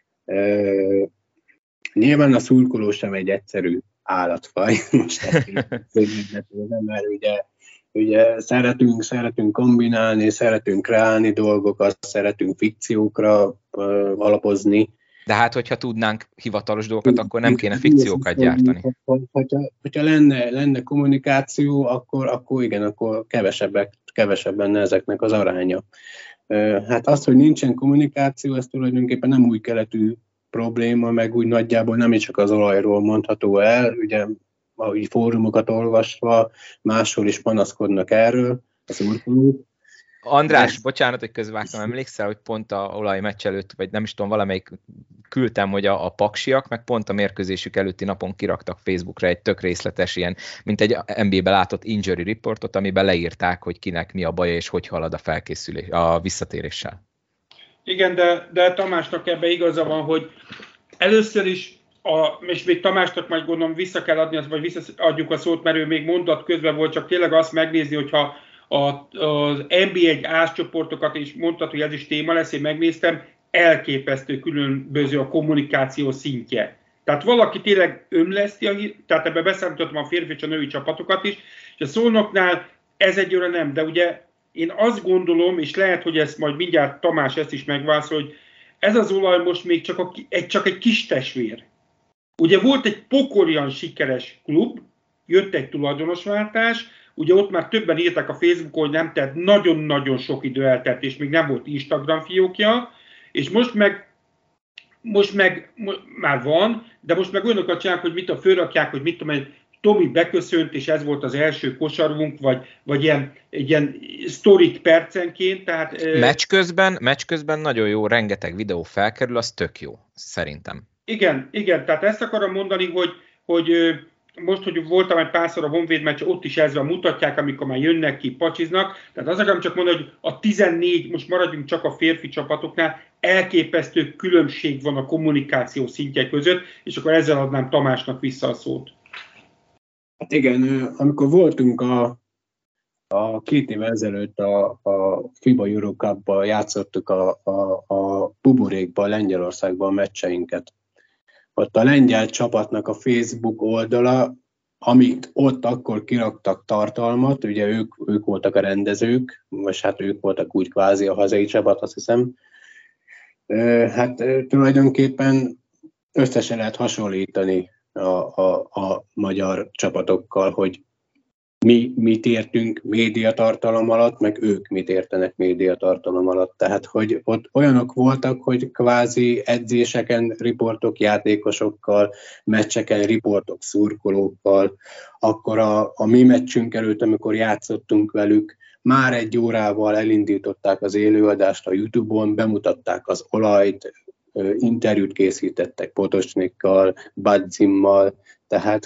Nyilván a szurkoló sem egy egyszerű állatfaj, most mert ugye szeretünk kombinálni, szeretünk kreálni dolgokat, szeretünk fikciókra alapozni. De hát, hogyha tudnánk hivatalos dolgokat, akkor nem kéne fikciókat gyártani. Hogyha lenne kommunikáció, akkor igen, akkor kevesebb lenne ezeknek az aránya. Hát az, hogy nincsen kommunikáció, ez tulajdonképpen nem új keletű probléma, meg úgy nagyjából nem csak az Olajról mondható el, ugye ahogy fórumokat olvasva, máshol is panaszkodnak erről a szurkolók. András, bocsánat, hogy közvágtam, emlékszel, hogy pont a Olaj meccs előtt, vagy nem is tudom, valamelyik küldtem, hogy a paksiak meg pont a mérkőzésük előtti napon kiraktak Facebookra egy tök részletes ilyen, mint egy NBA-be látott injury reportot, amiben leírták, hogy kinek mi a baja és hogy halad a felkészülés, a visszatéréssel. Igen, de Tamásnak ebbe igaza van, hogy először is, és még Tamásnak majd gondolom vissza kell adni, vagy visszaadjuk a szót, mert ő még mondat közben volt, csak tényleg azt megnézni, hogyha az NB1 ázcsoportokat is mondtad, hogy ez is téma lesz, én megnéztem, elképesztő különböző a kommunikáció szintje. Tehát valaki tényleg ömleszti, tehát ebbe beszámítottam a férfi és a női csapatokat is, és a Szolnoknál ez egyőre nem, de ugye én azt gondolom, és lehet, hogy ezt majd mindjárt Tamás ezt is megválaszol, hogy ez az olaj most még csak egy kis testvér. Ugye volt egy pokolian sikeres klub, jött egy tulajdonosváltás, ugye ott már többen írták a Facebookon, hogy nem tett, nagyon-nagyon sok idő eltelt, és még nem volt Instagram fiókja, és most meg már van, de most meg olyanokat csinálják, hogy fölrakják, hogy mit tudom, Tomi beköszönt, és ez volt az első kosarunk, vagy ilyen sztorik percenként. Tehát, meccs közben nagyon jó, rengeteg videó felkerül, az tök jó, szerintem. Igen, tehát ezt akarom mondani, hogy most, hogy voltam egy párszor a Honvéd meccs, ott is ezzel mutatják, amikor már jönnek ki, pacsiznak. Tehát azt akarom csak mondani, hogy a 14, most maradjunk csak a férfi csapatoknál, elképesztő különbség van a kommunikáció szintje között, és akkor ezzel adnám Tamásnak vissza a szót. Hát igen, amikor voltunk a 2 évvel ezelőtt a FIBA Eurocup-ban játszottuk a buborékban, Lengyelországban a meccseinket. Ott a lengyel csapatnak a Facebook oldala, amit ott akkor kiraktak tartalmat, ugye ők voltak a rendezők, vagy hát ők voltak úgy kvázi a hazai csapat, azt hiszem. Hát tulajdonképpen összesen lehet hasonlítani a magyar csapatokkal, hogy mi mit értünk médiatartalom alatt, meg ők mit értenek médiatartalom alatt. Tehát, hogy ott olyanok voltak, hogy kvázi edzéseken riportok játékosokkal, meccseken riportok szurkolókkal, akkor a mi meccsünk előtt, amikor játszottunk velük, már 1 órával elindították az élőadást a YouTube-on, bemutatták az olajt, interjút készítettek Potocsnikkal, Badzimmal, tehát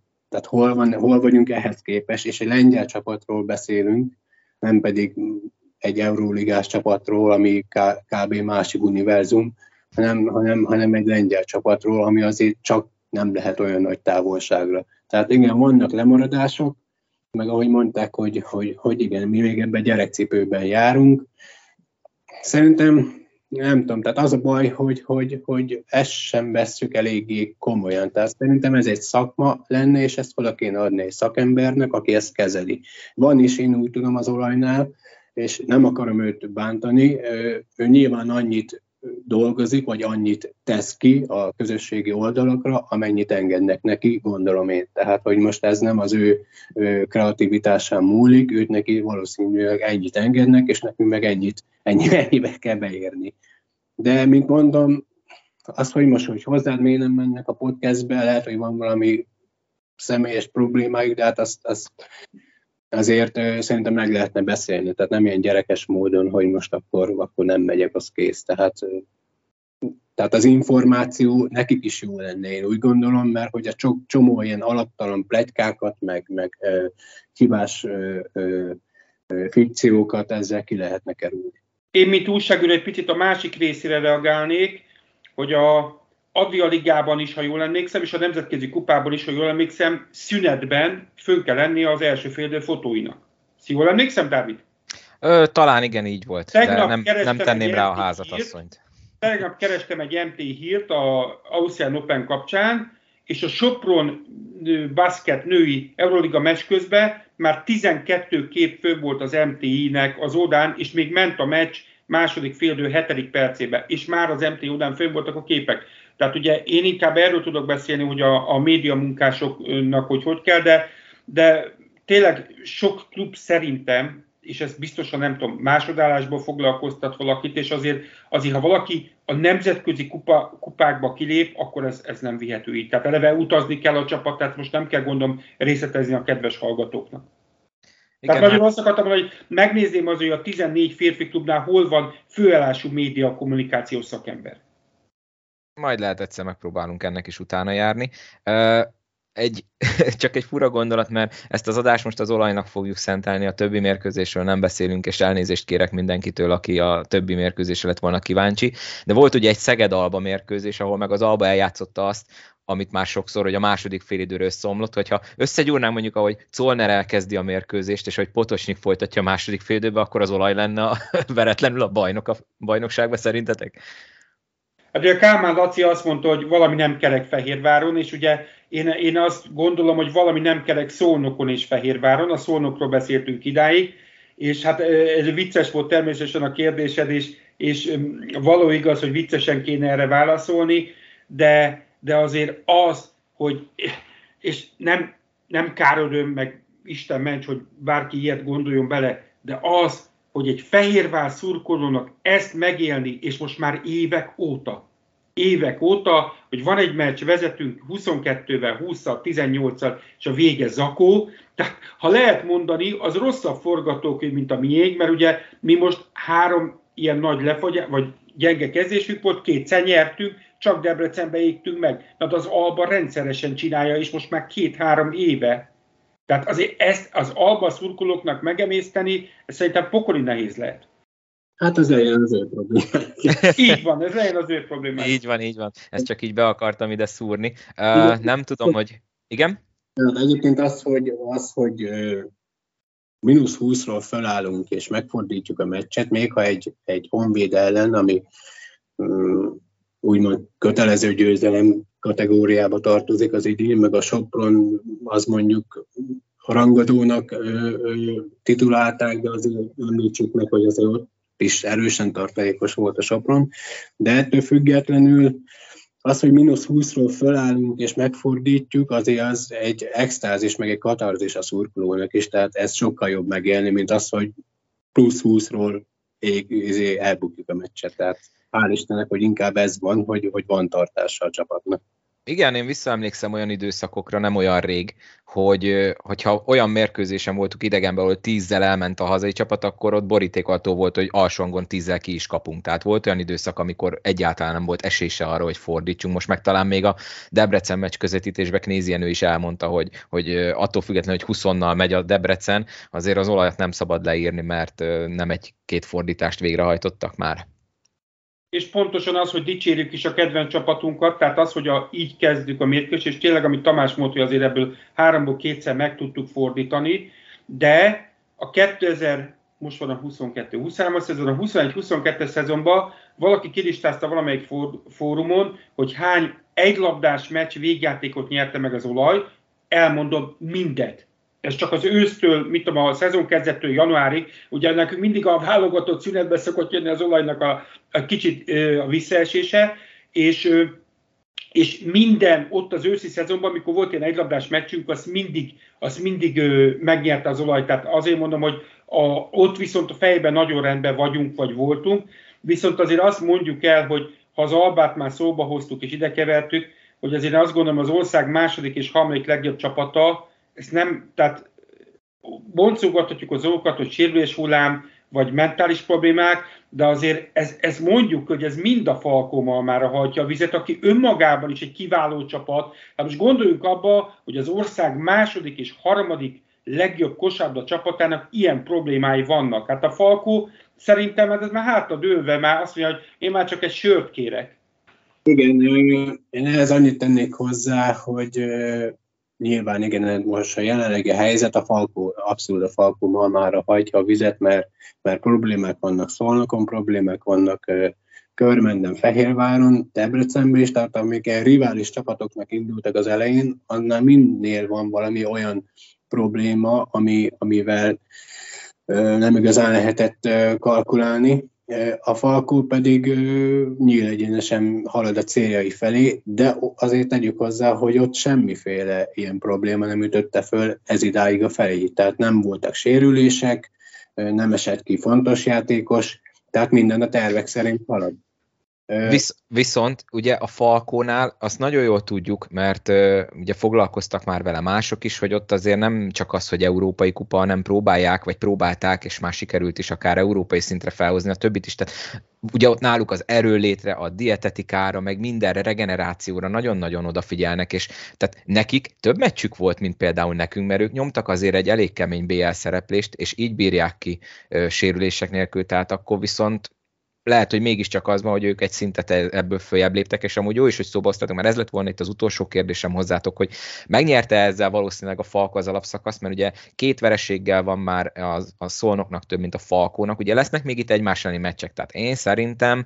hol vagyunk ehhez képest, és egy lengyel csapatról beszélünk, nem pedig egy euróligás csapatról, ami kb. Másik univerzum, hanem egy lengyel csapatról, ami azért csak nem lehet olyan nagy távolságra. Tehát igen, vannak lemaradások, meg ahogy mondták, hogy igen, mi még ebben gyerekcipőben járunk. Szerintem nem tudom, tehát az a baj, hogy ezt sem vesszük eléggé komolyan. Tehát szerintem ez egy szakma lenne, és ezt oda kéne adni egy szakembernek, aki ezt kezeli. Van is, én úgy tudom, az olajnál, és nem akarom őt bántani, ő nyilván annyit dolgozik, vagy annyit tesz ki a közösségi oldalakra, amennyit engednek neki, gondolom én. Tehát, hogy most ez nem az ő kreativitásán múlik, őt neki valószínűleg ennyit engednek, és nekünk meg ennyibe kell beérni. De, mint mondom, az, hogy most, hogy hozzád miért nem mennek a podcastbe, lehet, hogy van valami személyes problémájuk, de hát azt azért szerintem meg lehetne beszélni, tehát nem ilyen gyerekes módon, hogy most akkor nem megyek, az kész. Tehát az információ nekik is jó lenne, én úgy gondolom, mert hogy a csomó ilyen alaptalan pletykákat, meg hibás fikciókat ezzel ki lehetne kerülni. Én, mint újságíró, egy picit a másik részére reagálnék, hogy a Adria Ligában is, ha jól emlékszem, és a Nemzetközi Kupában is, ha jól emlékszem, szünetben fönn kell lennie az első félidő fotóinak. Jól emlékszem, Dávid? Talán igen, így volt, de nem tenném rá a házatasszonyt. Tegnap kerestem egy MT hírt az Ausztrál Open kapcsán, és a Sopron basket női Euroliga meccs közben már 12 kép fönn volt az MTI-nek az oldalán, és még ment a meccs második félidő 7. percében, és már az MTI oldalán fönn voltak a képek. Tehát ugye én inkább erről tudok beszélni, hogy a média munkásoknak hogy kell, de tényleg sok klub szerintem, és ezt biztosan nem tudom, másodállásból foglalkoztat valakit, és azért ha valaki a nemzetközi kupákba kilép, akkor ez nem vihető így. Tehát eleve utazni kell a csapat, tehát most nem kell gondolom részletezni a kedves hallgatóknak. Igen, tehát nagyon azt akartam mondani, hogy megnézném az, hogy a 14 férfi klubnál hol van főállású média kommunikációs szakember. Majd lehet egyszer megpróbálunk ennek is utána járni. Csak egy fura gondolat, mert ezt az adást most az olajnak fogjuk szentelni, a többi mérkőzésről nem beszélünk, és elnézést kérek mindenkitől, aki a többi mérkőzésre lett volna kíváncsi, de volt ugye egy Szeged-Alba mérkőzés, ahol meg az Alba eljátszotta azt, amit már sokszor, hogy a második félidőről összeomlott, hogyha összegyúrnánk mondjuk, ahogy Zollner elkezdi a mérkőzést, és hogy Potočnik folytatja a második félidőbe, akkor az olaj lenne veretlenül a bajnokságban szerintetek? Hát ugye Kálmán Laci azt mondta, hogy valami nem kerek Fehérváron, és ugye én azt gondolom, hogy valami nem kerek Szolnokon és Fehérváron, a Szolnokról beszéltünk idáig, és hát ez vicces volt természetesen a kérdésed, és való igaz, hogy viccesen kéne erre válaszolni, de azért az, hogy, és nem káröröm, meg Isten ments, hogy bárki ilyet gondoljon bele, de az, hogy egy Fehérvár szurkolónak ezt megélni, és most már évek óta, hogy van egy meccs, vezetünk 22-vel, 20-szal, 18-szal, és a vége zakó. Tehát, ha lehet mondani, az rosszabb forgatókönyv, mint a miénk, mert ugye mi most 3 ilyen nagy lefagyás, vagy gyenge kezdésünk volt, 2-szer nyertünk, csak Debrecenbe égtünk meg. Tehát az Alba rendszeresen csinálja, és most már 2-3 éve. Tehát azért ezt az Alba szurkolóknak megemészteni, ez szerintem pokoli nehéz lehet. Hát ez legyen az ő problémák. Így van, ez legyen az ő problémák. Így van. Ezt csak így be akartam ide szúrni. Nem tudom, hogy... Igen? Egyébként az, hogy -20-ról felállunk és megfordítjuk a meccset, még ha egy Honvéd ellen, ami úgymond kötelező győzelem kategóriába tartozik az idén, meg a Sopron az mondjuk a rangadónak titulálták, de azért említsük meg, hogy azért ott is erősen tartalékos volt a Sopron, de ettől függetlenül az, hogy -20-ról fölállunk és megfordítjuk, azért az egy extázis, meg egy katarzis a szurkolónak is, tehát ez sokkal jobb megélni, mint az, hogy +20-ról elbukjuk a meccset. Tehát hál' Istennek, hogy inkább ez van, hogy van tartása a csapatnak. Igen, én visszaemlékszem olyan időszakokra, nem olyan rég, hogyha olyan mérkőzésen voltunk idegenben, ahol 10-zel elment a hazai csapat, akkor ott borítékoltó volt, hogy alsóhangon 10-zel ki is kapunk. Tehát volt olyan időszak, amikor egyáltalán nem volt esése arra, hogy fordítsunk. Most meg talán még a Debrecen meccs közvetítésben Knézi Jenő is elmondta, hogy attól függetlenül, hogy 20-nal megy a Debrecen, azért az olajat nem szabad leírni, mert nem 1-2 fordítást végrehajtottak már. És pontosan az, hogy dicsérjük is a kedvenc csapatunkat, tehát az, hogy így kezdjük a mérkőzést, és tényleg, amit Tamás mondta, hogy azért ebből 3-ból 2-szer meg tudtuk fordítani, de a 2000, most van a 22-23 szezon, a 21-22 szezonban valaki kilistázta valamelyik fórumon, hogy hány egylabdás meccs végjátékot nyerte meg az olaj, elmondom mindet. Ez csak az ősztől, mit tudom, a szezon kezdettől januárig, ugye nekünk mindig a válogatott szünetbe szokott jönni az olajnak a kicsit a visszaesése, és minden ott az őszi szezonban, amikor volt ilyen egylabdás meccsünk, azt mindig megnyerte az olaj. Tehát azért mondom, hogy ott viszont a fejben nagyon rendben vagyunk, vagy voltunk, viszont azért azt mondjuk el, hogy ha az Albát már szóba hoztuk és ide kevertük, hogy azért azt gondolom az ország második és harmadik legjobb csapata, ezt nem, tehát boncolgathatjuk az okokat, hogy sérülés hullám, vagy mentális problémák, de azért ez mondjuk, hogy ez mind a Falkómalmára hajtja a vizet, aki önmagában is egy kiváló csapat. Hát most gondoljunk abba, hogy az ország második és harmadik legjobb kosárlabda csapatának ilyen problémái vannak. Hát a Falkó szerintem ez már hátra dőlve már azt mondja, hogy én már csak egy sört kérek. Igen, én ehhez annyit tennék hozzá, hogy nyilván igen, most a jelenlegi helyzet abszolút a Falkó malmára hajtja a vizet, mert problémák vannak Szolnokon, problémák vannak Körmenden, Fehérváron, Debrecenben is, tehát amik rivális csapatoknak indultak az elején, annál mindnél van valami olyan probléma, amivel nem igazán lehetett kalkulálni. A Falkó pedig nyílegyenesen halad a céljai felé, de azért tegyük hozzá, hogy ott semmiféle ilyen probléma nem ütötte föl ez idáig a felé. Tehát nem voltak sérülések, nem esett ki fontos játékos, tehát minden a tervek szerint halad. Viszont ugye a Falkónál azt nagyon jól tudjuk, mert ugye foglalkoztak már vele mások is, hogy ott azért nem csak az, hogy európai kupa, hanem próbálják, vagy próbálták, és már sikerült is akár európai szintre felhozni a többit is. Tehát ugye ott náluk az erőlétre, a dietetikára, meg mindenre, regenerációra nagyon-nagyon odafigyelnek, és tehát nekik több meccsük volt, mint például nekünk, mert ők nyomtak azért egy elég kemény BL szereplést, és így bírják ki sérülések nélkül, tehát akkor viszont lehet, hogy mégiscsak az van, hogy ők egy szintet ebből följebb léptek, és amúgy jó is, hogy szóba hoztatok, mert ez lett volna itt az utolsó kérdésem hozzátok, hogy megnyerte ezzel valószínűleg a Falko az alapszakasz, mert ugye 2 vereséggel van már a Szolnoknak több, mint a Falkónak, ugye lesznek még itt egymás elleni meccsek, tehát én szerintem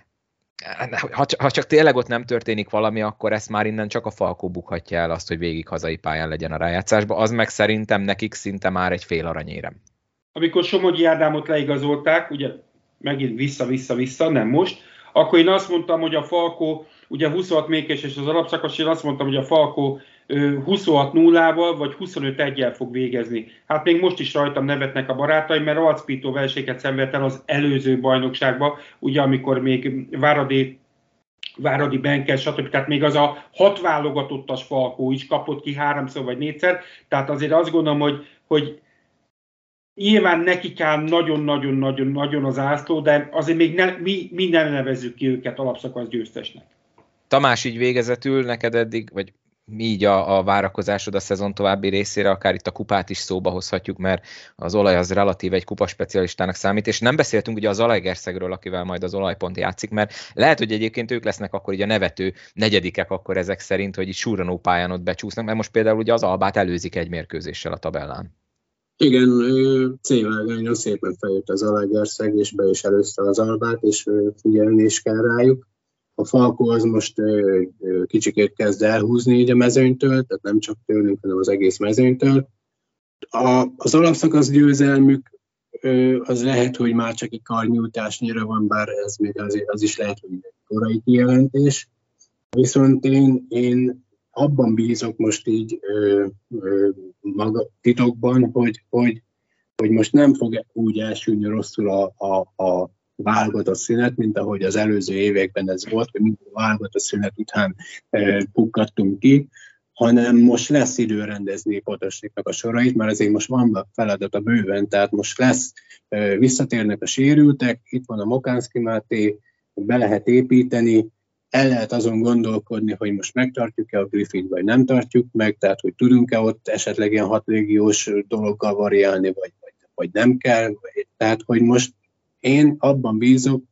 ha csak tényleg ott nem történik valami, akkor ezt már innen csak a Falkó bukhatja el azt, hogy végig hazai pályán legyen a rájátszásba, az meg szerintem nekik szinte már egy fél aranyérem. Amikor Somogyi Ádámot leigazolták, ugye megint vissza, nem most, akkor én azt mondtam, hogy a Falkó, ugye 26 mékes és az alapszakasz, én azt mondtam, hogy a Falkó 26-0-val vagy 25-1-jel fog végezni. Hát még most is rajtam nevetnek a barátaim, mert arcpító verséget szenvedt el az előző bajnokságba, ugye amikor még Váradi Benker, stb. Tehát még az a 6 válogatottas Falkó is kapott ki 3-szor vagy 4-szer, tehát azért azt gondolom, hogy nyilván neki kell nagyon-nagyon-nagyon az ászló, de azért még mi nem nevezzük ki őket alapszakasz győztesnek. Tamás, így végezetül neked eddig, vagy mi így a várakozásod a szezon további részére, akár itt a kupát is szóba hozhatjuk, mert az olaj az relatív egy kupaspecialistának számít, és nem beszéltünk ugye az Zalaegerszegről, akivel majd az olajpont játszik, mert lehet, hogy egyébként ők lesznek akkor így a nevető negyedikek akkor ezek szerint, hogy így surranó pályán ott becsúsznak, mert most például ugye az Albát előzik egy mérkőzéssel a tabellán. Igen, C-vágányon szépen feljött az Zalaegerszeg, és be is előzte az Albát, és figyelni is kell rájuk. A Falkó az most kicsikét kezd elhúzni így a mezőnytől, tehát nem csak tőlünk, hanem az egész mezőnytől. Az alapszakasz győzelmük az lehet, hogy már csak egy karnyújtásnyira van, bár ez még az is lehet, hogy egy korai kijelentés. Viszont én abban bízok most így maga titokban, hogy most nem fog úgy elsülni rosszul a válogatott szünet, mint ahogy az előző években ez volt, hogy minden válogatott szünet után pukkadtunk ki, hanem most lesz idő rendezni Potosniknak a sorait, mert azért most van feladata bőven, tehát most lesz, visszatérnek a sérültek, itt van a Mokánszki Máté, be lehet építeni, el lehet azon gondolkodni, hogy most megtartjuk-e a Griffith, vagy nem tartjuk meg, tehát hogy tudunk-e ott esetleg ilyen 6 légiós dologgal variálni, vagy nem kell. Tehát, hogy most én abban bízok,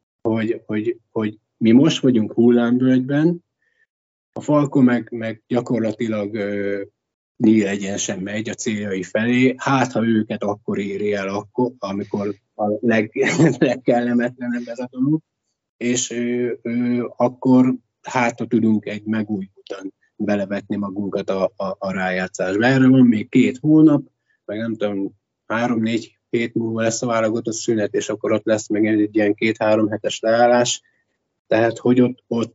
hogy mi most vagyunk hullámvölgyben, a Falko meg gyakorlatilag nyíl egyenesen megy a céljai felé, hát ha őket akkor éri el, amikor a legkellemetlenebb ez a dolog, és akkor hát ha tudunk egy megújultan belevetni magunkat a rájátszásba. Erre van még 2 hónap, meg nem tudom, 3-4 hét múlva lesz a válogatott szünet, és akkor ott lesz meg egy ilyen 2-3 hetes leállás, tehát hogy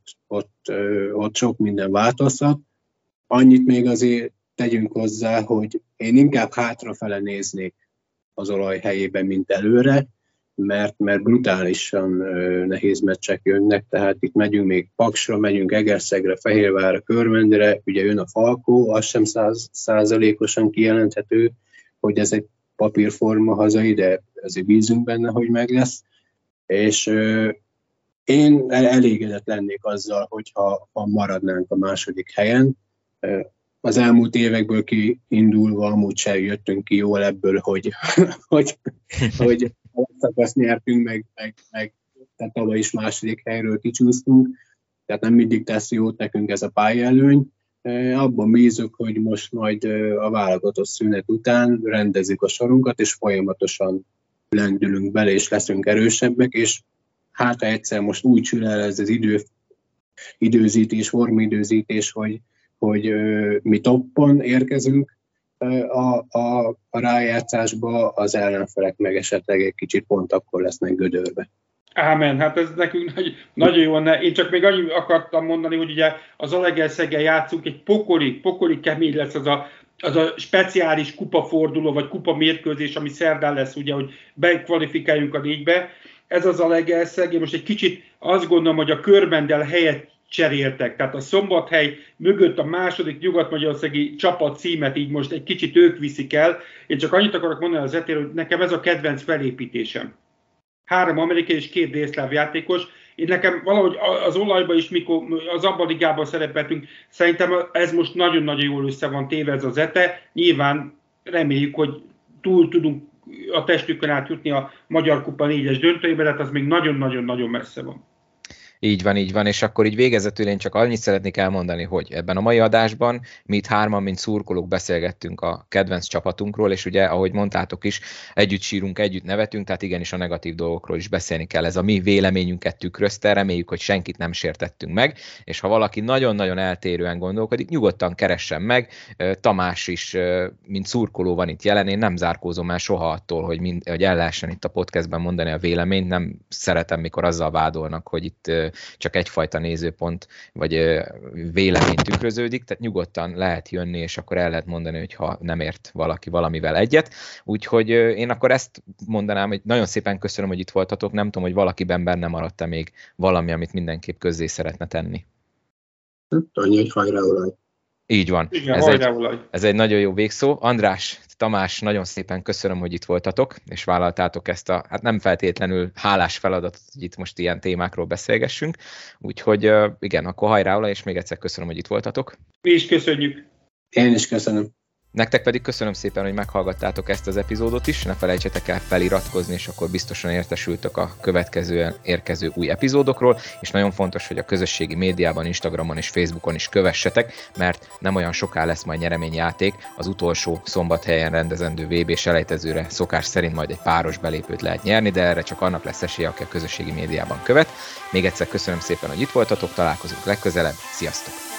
ott sok minden változhat. Annyit még azért tegyünk hozzá, hogy én inkább hátrafele néznék az olaj helyében, mint előre, mert brutálisan nehéz meccsek jönnek, tehát itt megyünk még Paksra, megyünk Egerszegre, Fehérvárra, Körmendre, ugye jön a Falkó, az sem 100%-osan kijelenthető, hogy ez egy papírforma hazai, de azért bízunk benne, hogy meg lesz, és én elégedett lennék azzal, hogyha maradnánk a második helyen. Az elmúlt évekből kiindulva amúgy sem jöttünk ki jól ebből, hogy szakaszt nyertünk, meg tehát tavaly is második helyről kicsúsztunk, tehát nem mindig tesz jót nekünk ez a pályaelőny. Abban bízok, hogy most majd a válogatott szünet után rendezzük a sorunkat, és folyamatosan lendülünk bele, és leszünk erősebbek, és hát egyszer most úgy sül el ez az időzítés, formidőzítés, hogy mi toppon érkezünk a rájátszásba, az ellenfelek meg esetleg egy kicsit pont akkor lesznek gödörbe. Ámen, hát ez nekünk nagyon jó. Én csak még annyit akartam mondani, hogy ugye az Zalaegerszeggel játszunk, egy pokoli kemény lesz az a speciális kupaforduló, vagy kupamérkőzés, ami szerdán lesz, ugye, hogy bekvalifikáljunk a 4-be, ez az Zalaegerszeg. Én most egy kicsit azt gondolom, hogy a Körmendel helyet cseréltek. Tehát a Szombathely mögött a második nyugat-magyarországi csapat címet így most egy kicsit ők viszik el. Én csak annyit akarok mondani az ETR, hogy nekem ez a kedvenc felépítésem. 3 amerikai és 2 délszláv játékos. Én nekem valahogy az olajban is, mikor az abban ligában szerepeltünk, szerintem ez most nagyon-nagyon jól össze van téve ez az ETE. Nyilván reméljük, hogy túl tudunk a testükön átjutni a Magyar Kupa 4-es döntőjébe, de hát az még nagyon-nagyon-nagyon messze van. Így van, és akkor így végezetül én csak annyit szeretnék elmondani, hogy ebben a mai adásban mi itt 3-an, mint szurkolók beszélgettünk a kedvenc csapatunkról, és ugye, ahogy mondtátok is, együtt sírunk, együtt nevetünk, tehát igenis a negatív dolgokról is beszélni kell. Ez a mi véleményünket tükrözte, reméljük, hogy senkit nem sértettünk meg, és ha valaki nagyon-nagyon eltérően gondolkodik, nyugodtan keressen meg. Tamás is, mint szurkoló van itt jelen, én nem zárkózom el soha attól, hogy el lehessen itt a podcastben mondani a véleményt, nem szeretem, mikor azzal vádolnak, hogy itt csak egyfajta nézőpont vagy vélemény tükröződik, tehát nyugodtan lehet jönni, és akkor el lehet mondani, hogy ha nem ért valaki valamivel egyet. Úgyhogy én akkor ezt mondanám, hogy nagyon szépen köszönöm, hogy itt voltatok, nem tudom, hogy valakiben benne maradt-e még valami, amit mindenképp közzé szeretne tenni. Annyi, hogy hajrá olaj. Így van. Igen, ez egy nagyon jó végszó. András, Tamás, nagyon szépen köszönöm, hogy itt voltatok, és vállaltátok ezt a, hát nem feltétlenül hálás feladatot, hogy itt most ilyen témákról beszélgessünk. Úgyhogy igen, akkor hajrá olaj, és még egyszer köszönöm, hogy itt voltatok. Mi is köszönjük. Én is köszönöm. Nektek pedig köszönöm szépen, hogy meghallgattátok ezt az epizódot is, ne felejtsetek el feliratkozni, és akkor biztosan értesültök a következően érkező új epizódokról, és nagyon fontos, hogy a közösségi médiában, Instagramon és Facebookon is kövessetek, mert nem olyan soká lesz majd nyereményjáték, az utolsó Szombathelyen rendezendő VB-selejtezőre szokás szerint majd egy páros belépőt lehet nyerni, de erre csak annak lesz esélye, aki a közösségi médiában követ. Még egyszer köszönöm szépen, hogy itt voltatok, találkozunk legközelebb, sziasztok!